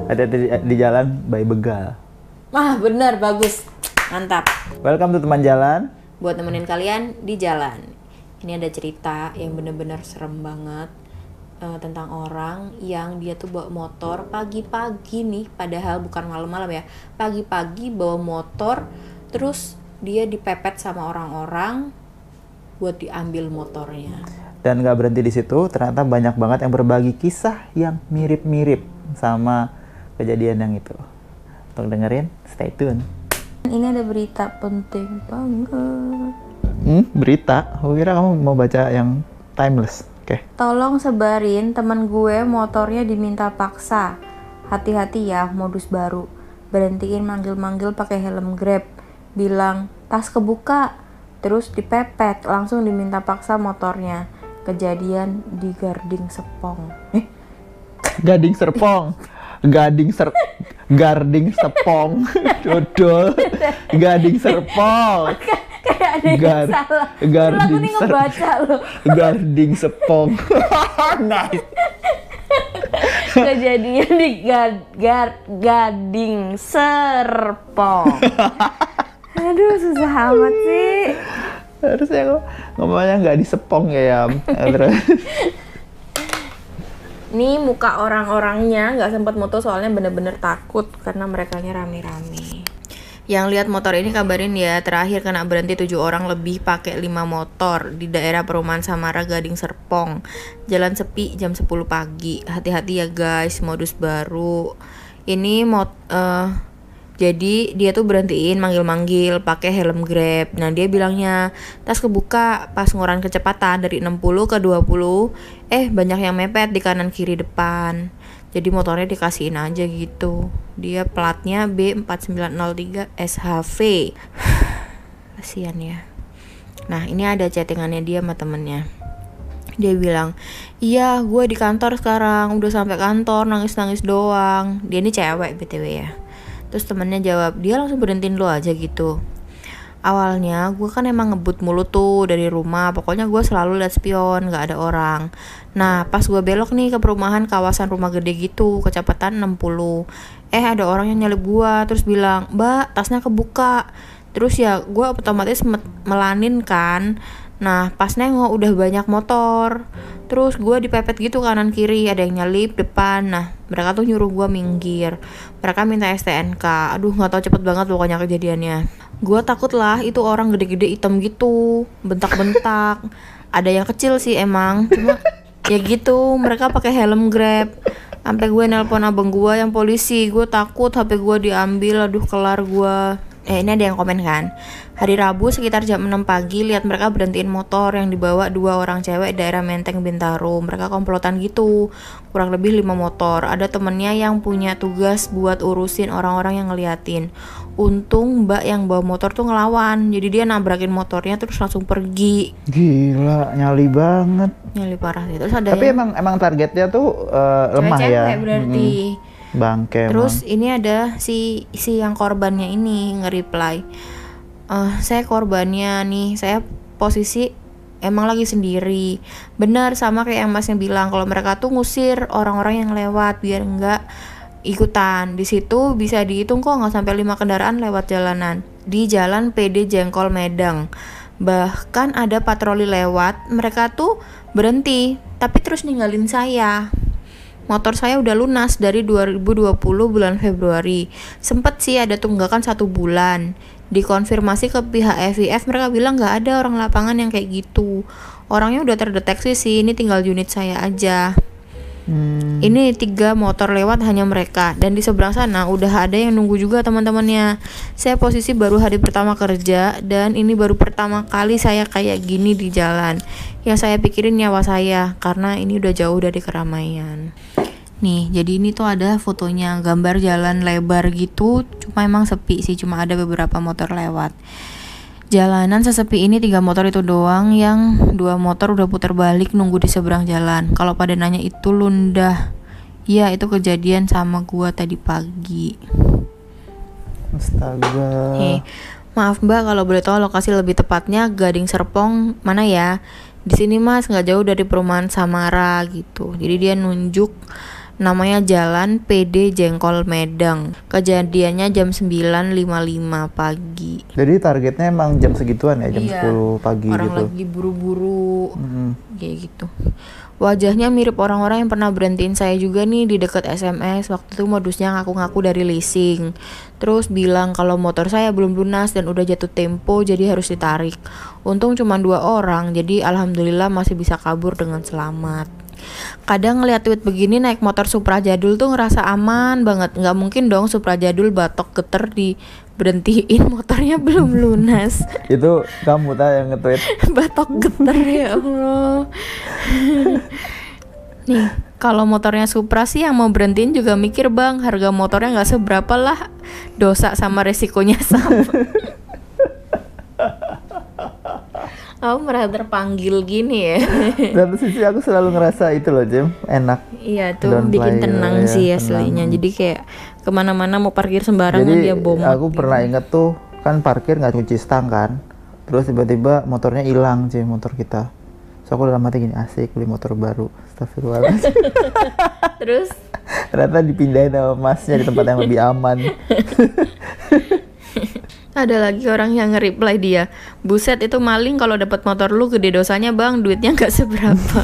Hati-hati di jalan, bayi begal. Wah, bener, bagus. Mantap. Welcome to teman jalan. Buat nemenin kalian di jalan. Ini ada cerita yang bener-bener serem banget. Tentang orang yang dia tuh bawa motor pagi-pagi nih, padahal bukan malam-malam ya. Pagi-pagi bawa motor, terus dia dipepet sama orang-orang buat diambil motornya. Dan gak berhenti di situ, ternyata banyak banget yang berbagi kisah yang mirip-mirip sama kejadian yang itu. Untuk dengerin, stay tune. Ini ada berita penting banget. Berita? Aku kira kamu mau baca yang timeless. Oke. Tolong sebarin, temen gue motornya diminta paksa. Hati-hati ya, modus baru. Berhentiin manggil-manggil pakai helm Grab. Bilang, tas kebuka. Terus dipepet, langsung diminta paksa motornya. Kejadian di Gading Serpong. Gading Serpong. Gading Serpong. Dodol. Gading Serpong. Kayak ada yang salah. Aku nih ngebaca loh. Gading Serpong. Nice. Kejadian di Gading Serpong. Aduh, susah amat sih. Harusnya ngomongnya nggak di Sepong ya. Nih muka orang-orangnya nggak sempat moto soalnya bener-bener takut karena merekanya rame-rame. Yang lihat motor ini kabarin ya, terakhir kena berhenti 7 orang lebih pakai 5 motor di daerah perumahan Samara Gading Serpong. Jalan sepi jam 10 pagi. Hati-hati ya guys, modus baru. Ini jadi dia tuh berhentiin manggil-manggil pakai helm Grab. Nah, dia bilangnya tas kebuka, pas ngurangi kecepatan dari 60 ke 20. Banyak yang mepet di kanan kiri depan. Jadi motornya dikasihin aja gitu. Dia platnya B4903 SHV. Kasian ya. Nah, ini ada chattingannya dia sama temennya. Dia bilang, iya gue di kantor sekarang, udah sampai kantor, nangis-nangis doang. Dia ini cewek BTW ya. Terus temennya jawab, dia langsung berhentiin lo aja gitu. Awalnya gue kan emang ngebut mulu tuh dari rumah. Pokoknya gue selalu liat spion, gak ada orang. Nah pas gue belok nih ke perumahan kawasan rumah gede gitu, kecepatan 60. Ada orang yang nyelip gue, terus bilang, mbak tasnya kebuka. Terus ya gue otomatis melanin kan. Nah pas nengok udah banyak motor. Terus gue dipepet gitu kanan kiri, ada yang nyelip depan. Nah mereka tuh nyuruh gue minggir. Mereka minta STNK. Aduh gak tau, cepet banget pokoknya kejadiannya. Gue takut lah, itu orang gede-gede hitam gitu, bentak-bentak. Ada yang kecil sih emang, cuma ya gitu. Mereka pakai helm Grab. Sampai gue nelpon abang gue yang polisi. Gue takut HP gue diambil. Aduh kelar gue. Ini ada yang komen kan. Hari Rabu sekitar jam 6 pagi lihat mereka berhentiin motor yang dibawa 2 orang cewek daerah Menteng Bintaro. Mereka komplotan gitu, kurang lebih 5 motor. Ada temennya yang punya tugas buat urusin orang-orang yang ngeliatin. Untung mbak yang bawa motor tuh ngelawan, jadi dia nabrakin motornya terus langsung pergi. Gila, nyali banget. Nyali parah sih. Terus ada tapi emang targetnya tuh lemah ya. Berarti. Bangke. Terus ini ada si yang korbannya ini nge-reply. Saya korbannya nih, saya posisi emang lagi sendiri. Benar sama kayak yang masnya bilang, kalau mereka tuh ngusir orang-orang yang lewat biar enggak ikutan. Di situ bisa dihitung kok nggak sampai 5 kendaraan lewat jalanan di jalan PD Jengkol Medang. Bahkan ada patroli lewat, mereka tuh berhenti tapi terus ninggalin saya. Motor saya udah lunas dari 2020 bulan Februari. Sempet sih ada tunggakan 1 bulan. Dikonfirmasi ke pihak FIF, mereka bilang gak ada orang lapangan yang kayak gitu. Orangnya udah terdeteksi sih, ini tinggal unit saya aja. Ini 3 motor lewat hanya mereka. Dan di seberang sana udah ada yang nunggu juga teman-temannya. Saya posisi baru hari pertama kerja, dan ini baru pertama kali saya kayak gini di jalan. Yang saya pikirin nyawa saya, karena ini udah jauh dari keramaian. Nih, jadi ini tuh ada fotonya, gambar jalan lebar gitu, cuma emang sepi sih, cuma ada beberapa motor lewat. Jalanan sesepi ini 3 motor itu doang, yang 2 motor udah putar balik nunggu di seberang jalan. Kalau pada nanya itu lundah, ya itu kejadian sama gua tadi pagi. Astaga. Maaf mbak, kalau boleh tahu lokasi lebih tepatnya Gading Serpong mana ya? Di sini mas, nggak jauh dari perumahan Samara gitu. Jadi dia nunjuk Namanya Jalan PD Jengkol Medang. Kejadiannya jam 9.55 pagi. Jadi targetnya emang jam segituan ya, jam Iya. 10 pagi Orang gitu. lagi buru-buru kayak gitu. Wajahnya mirip orang-orang yang pernah berhentiin saya juga nih di dekat SMS. Waktu itu modusnya ngaku-ngaku dari leasing. Terus bilang kalau motor saya belum lunas dan udah jatuh tempo jadi harus ditarik. Untung cuma 2 orang, jadi alhamdulillah masih bisa kabur dengan selamat. Kadang ngeliat tweet begini naik motor Supra jadul tuh ngerasa aman banget. Nggak mungkin dong Supra jadul batok geter di berhentiin motornya belum lunas. Itu kamu tak yang nge-tweet. Batok geter ya Allah. Nih, kalau motornya Supra sih yang mau berhentiin juga mikir bang, harga motornya nggak seberapa lah, dosa sama resikonya sama. Aku merasa terpanggil gini ya. Satu sisi aku selalu ngerasa itu loh Jim, enak. Iya tuh Don't bikin play, tenang ya, sih tenang. aslinya. Jadi kayak kemana-mana mau parkir sembarangan Jadi dia bom. aku pernah inget tuh, kan parkir nggak cuci stang kan, terus tiba-tiba motornya hilang Jim, motor kita. So aku dalam hati gini, asik beli motor baru, astagfirullahaladzim. Terus Ternyata dipindahin sama masnya di tempat yang lebih aman. ada lagi orang yang nge-reply dia, buset itu maling kalau dapat motor lu gede dosanya bang, duitnya nggak seberapa.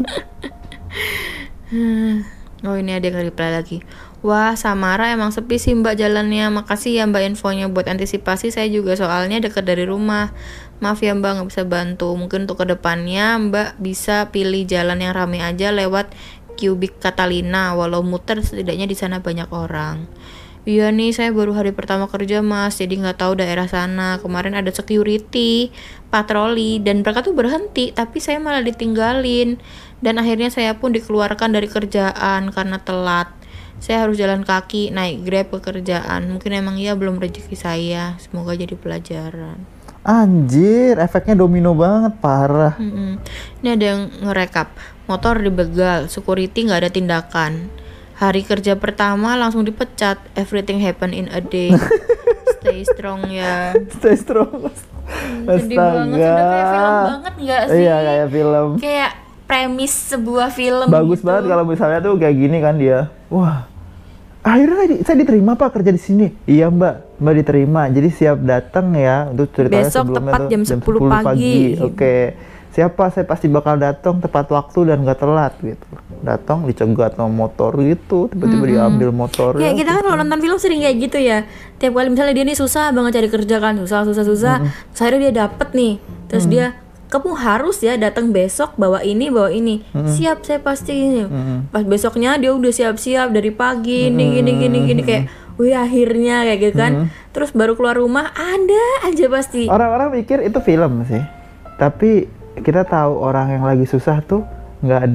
Oh ini ada yang nge-reply lagi, wah Samara emang sepi sih mbak jalannya, makasih ya mbak infonya buat antisipasi saya juga soalnya dekat dari rumah. Maaf ya mbak nggak bisa bantu, mungkin untuk kedepannya mbak bisa pilih jalan yang rame aja lewat Cubic Catalina, walau muter setidaknya di sana banyak orang. Iya nih saya baru hari pertama kerja mas, jadi nggak tahu daerah sana. Kemarin ada security, patroli, dan mereka tuh berhenti, tapi saya malah ditinggalin. Dan akhirnya saya pun dikeluarkan dari kerjaan karena telat. Saya harus jalan kaki, naik Grab ke kerjaan. Mungkin emang iya belum rezeki saya, semoga jadi pelajaran. Anjir, efeknya domino banget, parah. Ini ada yang ngerekap, motor dibegal, security nggak ada tindakan. Hari kerja pertama langsung dipecat. Everything happen in a day. Stay strong ya. Stay strong. Sedih banget, sudah kayak film banget nggak sih? Iya kayak film. Kayak premis sebuah film. Bagus gitu. banget kalau misalnya tuh kayak gini kan dia. Wah, akhirnya saya diterima pak kerja di sini. Iya mbak diterima. Jadi siap datang ya. Untuk ceritanya Besok sebelumnya tepat tuh jam 10 pagi. Oke. Siapa saya pasti bakal datang tepat waktu dan gak telat gitu. Datang dicegat sama motor gitu, tiba-tiba diambil motor. Kayak kita kan kalau nonton film sering kayak gitu ya. Tiap kali misalnya dia nih susah banget cari kerja kan, susah. Terus akhirnya dia dapet nih. Terus dia, kamu harus ya datang besok bawa ini. Siap saya pasti ini. Pas besoknya dia udah siap-siap dari pagi, gini kayak, wih akhirnya kayak gitu kan. Terus baru keluar rumah ada aja pasti. Orang-orang pikir itu film sih, tapi kita tahu orang yang lagi susah tuh nggak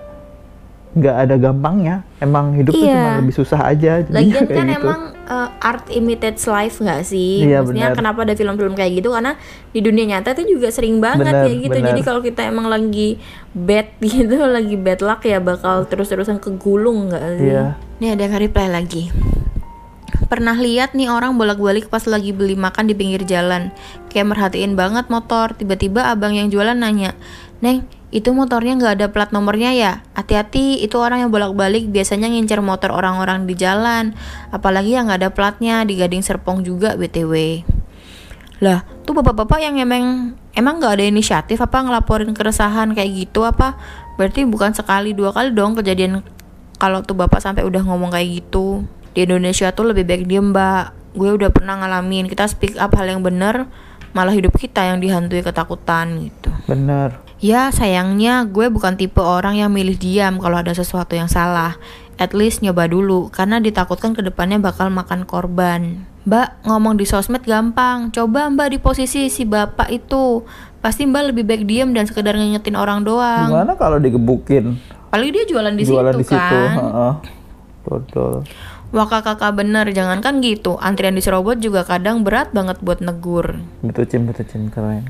ada gampangnya. Emang hidup tuh cuma lebih susah aja. Lagian kayak kan gitu. emang art imitates life nggak sih? Iya, Maksudnya benar. kenapa ada film-film kayak gitu? Karena di dunia nyata itu juga sering banget Benar, kayak gitu. benar. Jadi kalau kita emang lagi bad gitu, lagi bad luck ya bakal terus-terusan kegulung nggak sih? Iya. Nih ada yang reply lagi. Pernah lihat nih orang bolak-balik pas lagi beli makan di pinggir jalan. Kayak merhatiin banget motor. Tiba-tiba abang yang jualan nanya, "Neng, itu motornya nggak ada plat nomornya ya? Hati-hati, itu orang yang bolak-balik biasanya ngincer motor orang-orang di jalan. Apalagi yang nggak ada platnya, di Gading Serpong juga BTW." Lah, tuh bapak-bapak yang emang nggak ada inisiatif apa ngelaporin keresahan kayak gitu apa? Berarti bukan sekali 2 kali dong kejadian kalau tuh bapak sampai udah ngomong kayak gitu. Di Indonesia tuh lebih baik diem mbak. Gue udah pernah ngalamin, kita speak up hal yang bener, malah hidup kita yang dihantui ketakutan gitu. Bener. Ya sayangnya gue bukan tipe orang yang milih diam kalau ada sesuatu yang salah. At least nyoba dulu, karena ditakutkan kedepannya bakal makan korban. Mbak, ngomong di sosmed gampang, coba mbak di posisi si bapak itu. Pasti mbak lebih baik diem dan sekedar ngingetin orang doang. Gimana kalau digebukin? Paling dia jualan di Jualan situ di situ. kan. Heeh. Dodol. Wah kakak bener, jangankan gitu, antrian di Serobot juga kadang berat banget buat negur. Betul Cim, keren.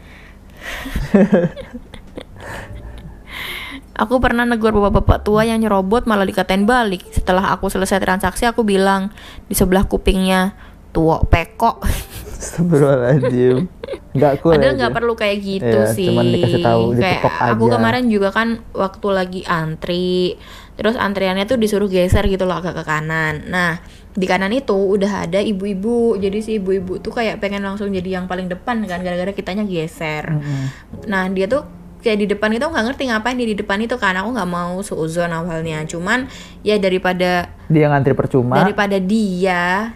Aku pernah negur bapak-bapak tua yang nyerobot malah dikatain balik. Setelah aku selesai transaksi aku bilang di sebelah kupingnya, "Tua pekok." Astagfirullahaladzim. Nggak cool Padahal ya nggak itu. perlu kayak gitu Iya, sih. cuman dikasih tahu, Kayak ditekuk aku aja. kemarin juga kan waktu lagi antri, terus antriannya tuh disuruh geser gitu loh agak ke kanan. Nah di kanan itu udah ada ibu-ibu, jadi si ibu-ibu tuh kayak pengen langsung jadi yang paling depan kan, gara-gara kitanya geser. Nah dia tuh kayak di depan itu nggak ngerti ngapain dia di depan itu kan. Aku nggak mau suuzon awalnya, cuman ya daripada Dia ngantri percuma. dia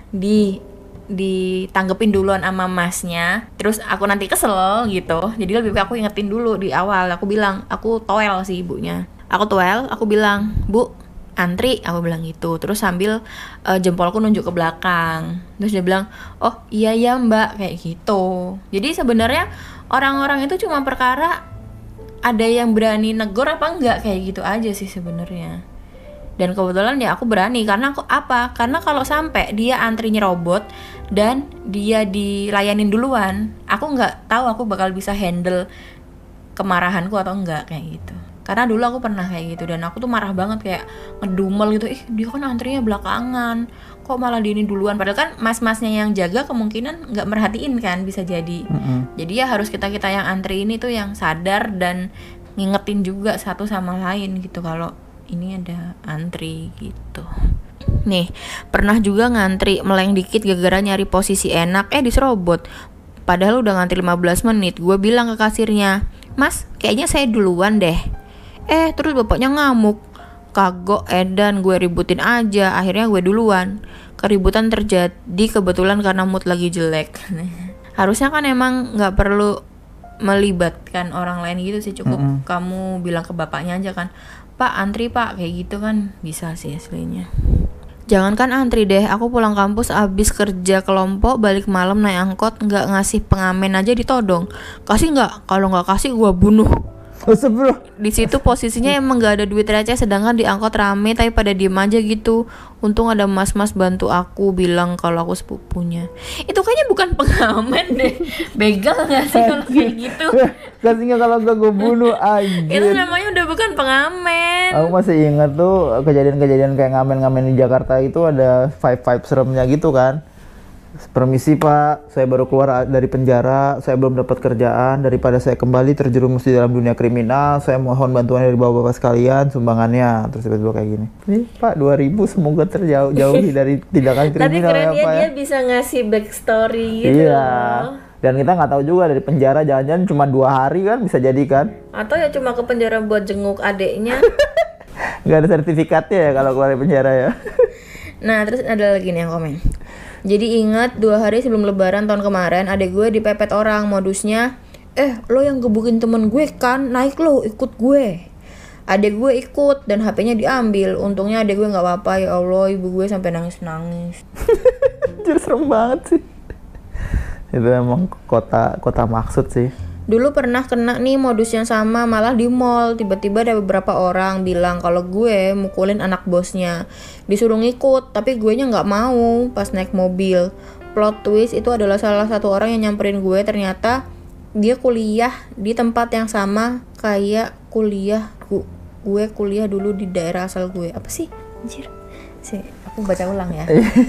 ditanggepin duluan sama masnya, terus aku nanti kesel gitu. Jadi lebih baik aku ingetin dulu di awal. Aku bilang, aku toel sih ibunya. Aku toel, aku bilang, "Bu, antri," aku bilang gitu. Terus sambil jempolku nunjuk ke belakang. Terus dia bilang, "Oh iya ya Mbak," kayak gitu. Jadi sebenarnya orang-orang itu cuma perkara ada yang berani negor apa enggak, kayak gitu aja sih sebenarnya. Dan kebetulan ya aku berani karena karena kalau sampai dia antrinya robot dan dia dilayanin duluan, aku nggak tahu aku bakal bisa handle kemarahanku atau enggak, kayak gitu. Karena dulu aku pernah kayak gitu dan aku tuh marah banget, kayak ngedumel gitu. Dia kan antrinya belakangan, kok malah dia ini duluan, padahal kan mas-masnya yang jaga kemungkinan nggak merhatiin kan, bisa jadi. Jadi ya harus kita yang antri ini tuh yang sadar dan ngingetin juga satu sama lain gitu kalau ini ada antri gitu. Nih, pernah juga ngantri meleng dikit gara-gara nyari posisi enak, diserobot. Padahal udah ngantri 15 menit. Gue bilang ke kasirnya, "Mas, kayaknya saya duluan deh." Terus bapaknya ngamuk. Kagok edan, gue ributin aja. Akhirnya gue duluan. Keributan terjadi kebetulan karena mood lagi jelek. Harusnya kan emang gak perlu melibatkan orang lain gitu sih. Cukup kamu bilang ke bapaknya aja kan, "Pak, antri Pak," kayak gitu kan bisa sih aslinya. Jangankan antri deh, aku pulang kampus abis kerja kelompok, balik malam naik angkot, nggak ngasih pengamen aja ditodong. "Kasih nggak? Kalau nggak kasih gua bunuh." Bro. Di situ posisinya emang nggak ada duit receh, sedangkan di angkot rame tapi pada diem aja gitu. Untung ada mas-mas bantu aku, bilang kalau aku sepupunya. Itu kayaknya bukan pengamen deh. Begal nggak sih kalau kayak gitu? Kasihnya kalau gak gue bunuh aja. Itu namanya udah bukan pengamen. Aku masih ingat tuh kejadian-kejadian kayak ngamen-ngamen di Jakarta itu ada vibe-vibe seremnya gitu kan. "Permisi Pak, saya baru keluar dari penjara, saya belum dapat kerjaan, daripada saya kembali terjerumus di dalam dunia kriminal, saya mohon bantuan dari bapak-bapak sekalian, sumbangannya." Terus tiba-tiba kayak gini, "Nih Pak, 2.000 semoga terjauhi dari tindakan kriminal." Tapi keren ya Pak dia ya. bisa ngasih backstory gitu. Iya. Loh. Dan kita nggak tahu juga dari penjara, jangan-jangan cuma 2 hari kan, bisa jadi kan. Atau ya cuma ke penjara buat jenguk adeknya. Nggak ada sertifikatnya ya kalau keluar dari penjara ya. Nah, terus ada lagi nih yang komen. "Jadi ingat 2 hari sebelum lebaran tahun kemarin, adek gue dipepet orang. Modusnya, lo yang gebukin temen gue kan, naik lo, ikut gue." Adek gue ikut dan HP-nya diambil. Untungnya adek gue nggak apa-apa. Ya Allah, ibu gue sampai nangis-nangis. Jadi serem banget sih. Itu emang kota maksud sih. Dulu pernah kena nih modus yang sama, malah di mall. Tiba-tiba ada beberapa orang bilang kalau gue mukulin anak bosnya. Disuruh ngikut, tapi guenya nggak mau pas naik mobil. Plot twist, itu adalah salah satu orang yang nyamperin gue. Ternyata dia kuliah di tempat yang sama kayak gue kuliah dulu di daerah asal gue. Apa sih? Anjir. Aku baca ulang ya.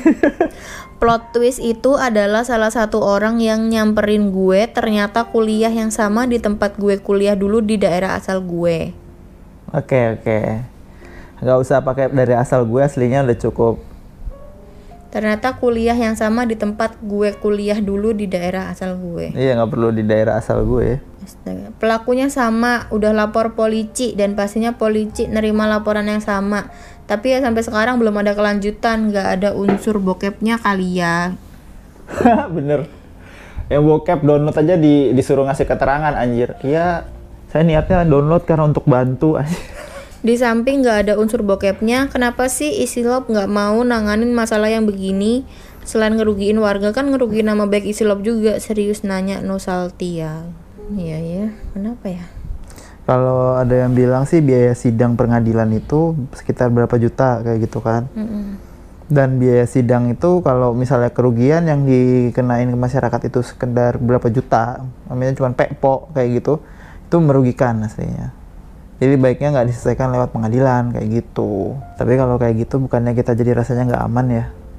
Plot twist itu adalah salah satu orang yang nyamperin gue, ternyata kuliah yang sama di tempat gue kuliah dulu di daerah asal gue. Oke. Nggak usah pakai dari asal gue, aslinya udah cukup. Ternyata kuliah yang sama di tempat gue kuliah dulu di daerah asal gue. Iya, nggak perlu di daerah asal gue. Astaga. Pelakunya sama, udah lapor polisi dan pastinya polisi nerima laporan yang sama. Tapi ya sampai sekarang belum ada kelanjutan, nggak ada unsur bokepnya kali ya. Bener. Yang bokep download aja disuruh ngasih keterangan anjir. Iya, saya niatnya download karena untuk bantu anjir. Di samping nggak ada unsur bokepnya, kenapa sih Isilop nggak mau nanganin masalah yang begini? Selain ngerugiin warga kan ngerugiin nama baik Isilop juga. Serius nanya Nusaltia. Iya ya, kenapa ya? Kalau ada yang bilang sih biaya sidang pengadilan itu sekitar berapa juta kayak gitu kan. Dan biaya sidang itu kalau misalnya kerugian yang dikenain ke masyarakat itu sekedar berapa juta, namanya cuma pekpo kayak gitu, itu merugikan aslinya. Jadi baiknya nggak diselesaikan lewat pengadilan kayak gitu. Tapi kalau kayak gitu bukannya kita jadi rasanya nggak aman ya.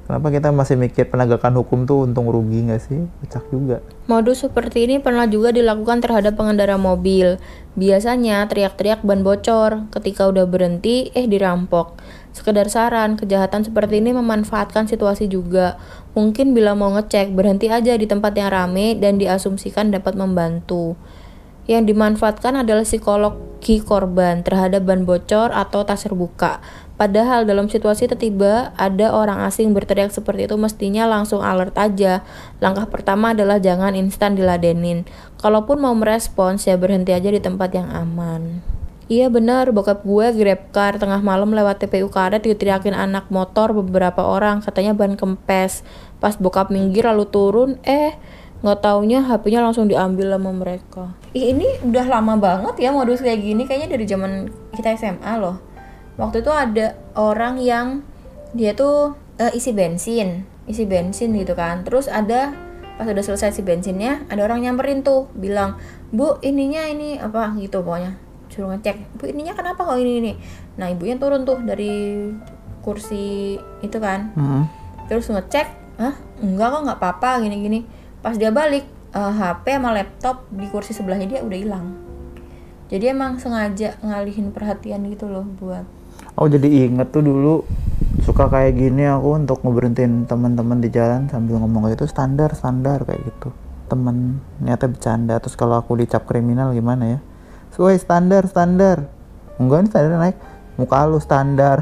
Kenapa kita masih mikir penegakan hukum tuh untung rugi nggak sih? Kocak juga. Modus seperti ini pernah juga dilakukan terhadap pengendara mobil. Biasanya teriak-teriak ban bocor, ketika udah berhenti, dirampok. Sekedar saran, kejahatan seperti ini memanfaatkan situasi juga. Mungkin bila mau ngecek, berhenti aja di tempat yang rame dan diasumsikan dapat membantu. Yang dimanfaatkan adalah psikologi korban terhadap ban bocor atau tas terbuka. Padahal dalam situasi tiba-tiba ada orang asing berteriak seperti itu mestinya langsung alert aja. Langkah pertama adalah jangan instan diladenin. Kalaupun mau merespons ya berhenti aja di tempat yang aman. Iya benar, bokap gue grabcar tengah malam lewat TPU Karet diteriakin anak motor beberapa orang, katanya ban kempes. Pas bokap minggir lalu turun, nggak taunya HP-nya langsung diambil sama mereka. Ini udah lama banget ya modus kayak gini, kayaknya dari zaman kita SMA loh. Waktu itu ada orang yang dia tuh isi bensin gitu kan. Terus ada pas udah selesai isi bensinnya, ada orang nyamperin tuh, bilang, "Bu, ininya ini apa?" gitu pokoknya. Suruh ngecek, "Bu, ininya kenapa kok ini?" Nah, ibunya turun tuh dari kursi itu kan. Terus ngecek, enggak kok, nggak apa-apa gini-gini. Pas dia balik, HP sama laptop di kursi sebelahnya dia udah hilang. Jadi emang sengaja ngalihin perhatian gitu loh buat. Oh, jadi inget tuh dulu suka kayak gini aku untuk ngeberhentiin teman-teman di jalan sambil ngomong kayak itu standar kayak gitu. Temen niatnya bercanda, terus kalau aku dicap kriminal gimana ya? Woi, standar. Enggak, ini standar naik. Muka lu standar.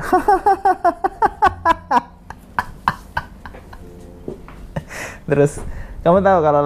Terus kamu tahu kalau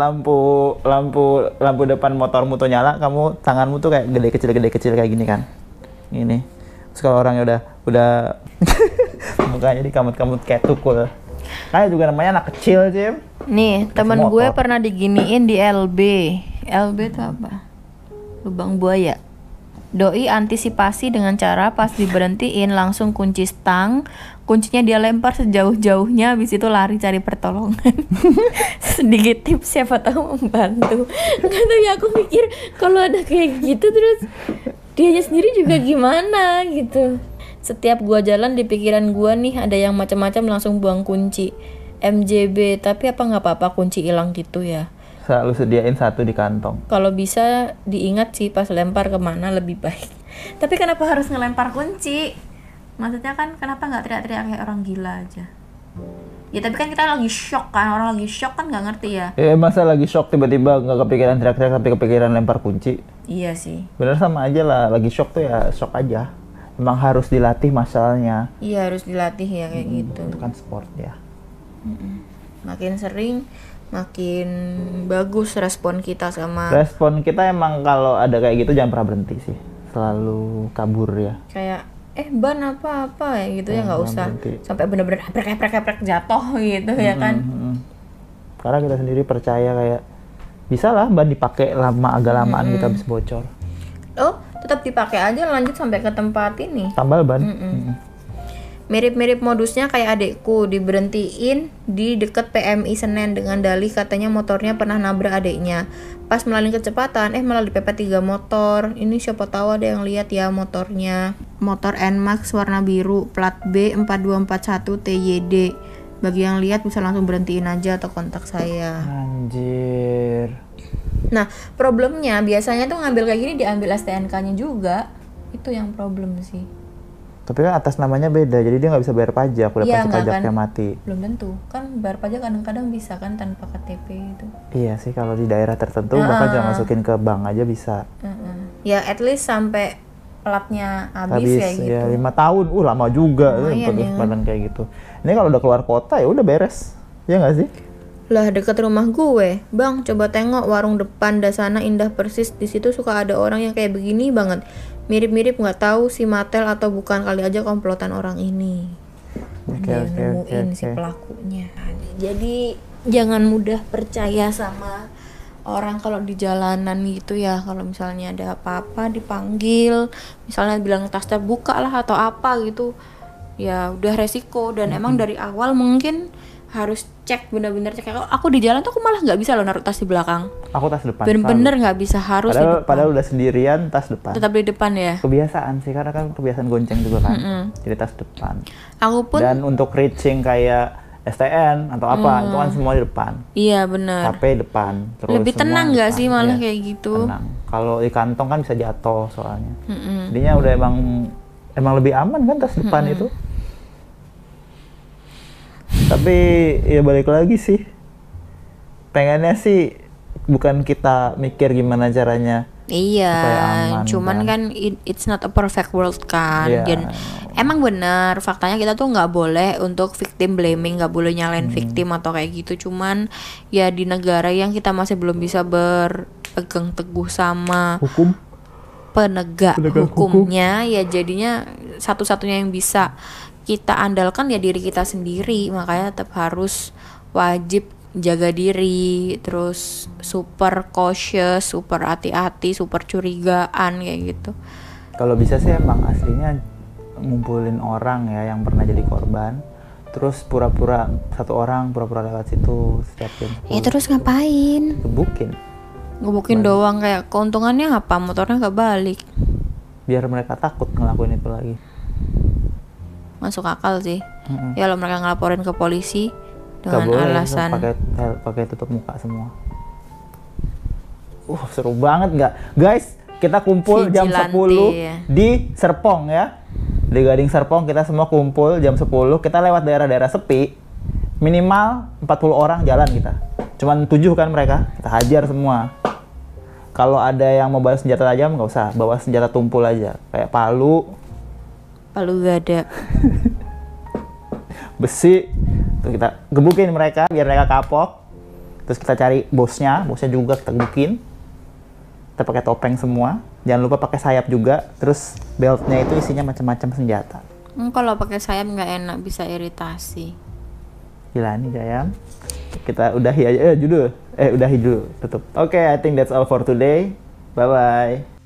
lampu depan motormu tuh nyala, kamu tanganmu tuh kayak gede kecil kayak gini kan? Gini. Terus kalau orangnya udah mukanya dikamut-kamut kayak tukul. Kayak juga namanya anak kecil, Cim. Nih, temen gue pernah diginiin di LB. LB itu apa? Lubang buaya. Doi antisipasi dengan cara pas diberhentiin langsung kunci stang, kuncinya dia lempar sejauh-jauhnya, habis itu lari cari pertolongan. Sedikit tips siapa tahu membantu. Karena ya aku mikir kalau ada kayak gitu terus dianya sendiri juga gimana gitu. Setiap gua jalan di pikiran gua nih ada yang macam-macam langsung buang kunci. MJB, tapi apa nggak apa-apa kunci hilang gitu ya? Selalu sediain satu di kantong. Kalau bisa diingat sih pas lempar kemana lebih baik. Tapi kenapa harus ngelempar kunci? Maksudnya kan kenapa nggak teriak-teriak kayak orang gila aja? Ya tapi kan kita lagi shock kan, orang lagi shock kan nggak ngerti ya. Masa lagi shock tiba-tiba nggak kepikiran teriak-teriak tapi kepikiran lempar kunci? Iya sih. Bener sama aja lah, lagi shock tuh ya shock aja. Emang harus dilatih masalahnya. Iya harus dilatih ya kayak gitu. Itu kan sport ya. Makin sering makin bagus respon kita sama. Respon kita emang kalau ada kayak gitu jangan pernah berhenti sih. Selalu kabur ya. Kayak ban apa-apa ya gitu ya, nggak usah berhenti. sampai bener-bener eprek jatuh gitu ya kan. Karena kita sendiri percaya kayak bisa lah ban dipakai agak lamaan kita habis bocor. Oh, tetap dipakai aja lanjut sampai ke tempat ini. Tambal ban. Mirip-mirip modusnya kayak adekku, diberhentiin di deket PMI Senen dengan dalih katanya motornya pernah nabrak adeknya. Pas melalui kecepatan, malah dipepet 3 motor. Ini siapa tahu ada yang lihat ya motornya. Motor NMAX warna biru, plat B4241 TYD. Bagi yang lihat bisa langsung berhentiin aja atau kontak saya. Anjir. Nah, problemnya biasanya tuh ngambil kayak gini diambil STNK-nya juga. Itu yang problem sih. Tapi kan atas namanya beda, jadi dia nggak bisa bayar pajak, udah Iya, pasti pajaknya kan, mati. Belum tentu, kan bayar pajak kadang-kadang bisa kan tanpa KTP itu. Iya sih, kalau di daerah tertentu bahkan jangan masukin ke bank aja bisa. Ya at least sampai platnya habis kayak gitu. Ya 5 tahun, lama juga badan kayak gitu. Ini kalau udah keluar kota ya udah beres, ya nggak sih? Lah deket rumah gue, bang coba tengok warung depan sana indah persis, di situ suka ada orang yang kayak begini banget. Mirip-mirip nggak tahu si Mattel atau bukan, kali aja komplotan orang ini. Ada yang nemuin si pelakunya. Jadi jangan mudah percaya sama orang kalau di jalanan gitu ya. Kalau misalnya ada apa-apa dipanggil, misalnya bilang tas terbuka lah atau apa gitu, ya udah resiko. Dan emang dari awal mungkin harus cek, bener-bener cek. Aku di jalan tuh aku malah nggak bisa loh naruh tas di belakang. Aku tas depan. Bener-bener nggak bisa, harus di depan. Padahal udah sendirian tas depan. Tetap di depan ya. Kebiasaan sih, karena kan kebiasaan gonceng juga kan. Jadi tas depan. Aku pun. Dan untuk reaching kayak STN atau apa, itu kan semua di depan. Iya bener. HP depan. Terus Lebih semua tenang nggak depan. sih malah Iya, kayak gitu? tenang. Kalau di kantong kan bisa jatuh soalnya. Jadinya udah emang lebih aman kan tas depan itu. Tapi ya balik lagi sih. Pengennya sih bukan kita mikir gimana caranya Iya, supaya aman, cuman kan it's not a perfect world kan. Iya. Dan emang bener faktanya kita tuh nggak boleh untuk victim blaming, nggak boleh nyalain victim atau kayak gitu. Cuman ya di negara yang kita masih belum bisa berpegang teguh sama hukum. penegak Penegak hukumnya, ya jadinya satu-satunya yang bisa kita andalkan ya diri kita sendiri. Makanya tetap harus wajib jaga diri, terus super cautious, super hati-hati, super curigaan kayak gitu. Kalau bisa sih emang aslinya ngumpulin orang ya yang pernah jadi korban, terus pura-pura satu orang pura-pura lewat situ setiap jam 10. Ya terus ngapain? Gebukin Ngebukin doang, kayak keuntungannya apa? Motornya nggak balik. biar mereka takut ngelakuin itu lagi. Masuk akal sih. Ya kalau mereka ngelaporin ke polisi dengan Gak boleh alasan pakai tutup muka semua. Seru banget nggak guys? Kita kumpul jam Vigilante, 10 ya. di Serpong ya. Di Gading Serpong kita semua kumpul jam 10. Kita lewat daerah-daerah sepi. Minimal 40 orang jalan kita. Cuman 7 kan mereka. Kita hajar semua. Kalau ada yang mau bawa senjata tajam nggak usah. Bawa senjata tumpul aja. Kayak palu, gada. besi. Terus kita gebukin mereka biar mereka kapok. Terus kita cari bosnya juga kita gebukin. Kita pakai topeng semua. Jangan lupa pakai sayap juga. Terus beltnya itu isinya macam-macam senjata. Kalau pakai sayap nggak enak, bisa iritasi. Gila nih Jayam. Kita udahi aja udahi dulu tutup. Oke, I think that's all for today. Bye bye.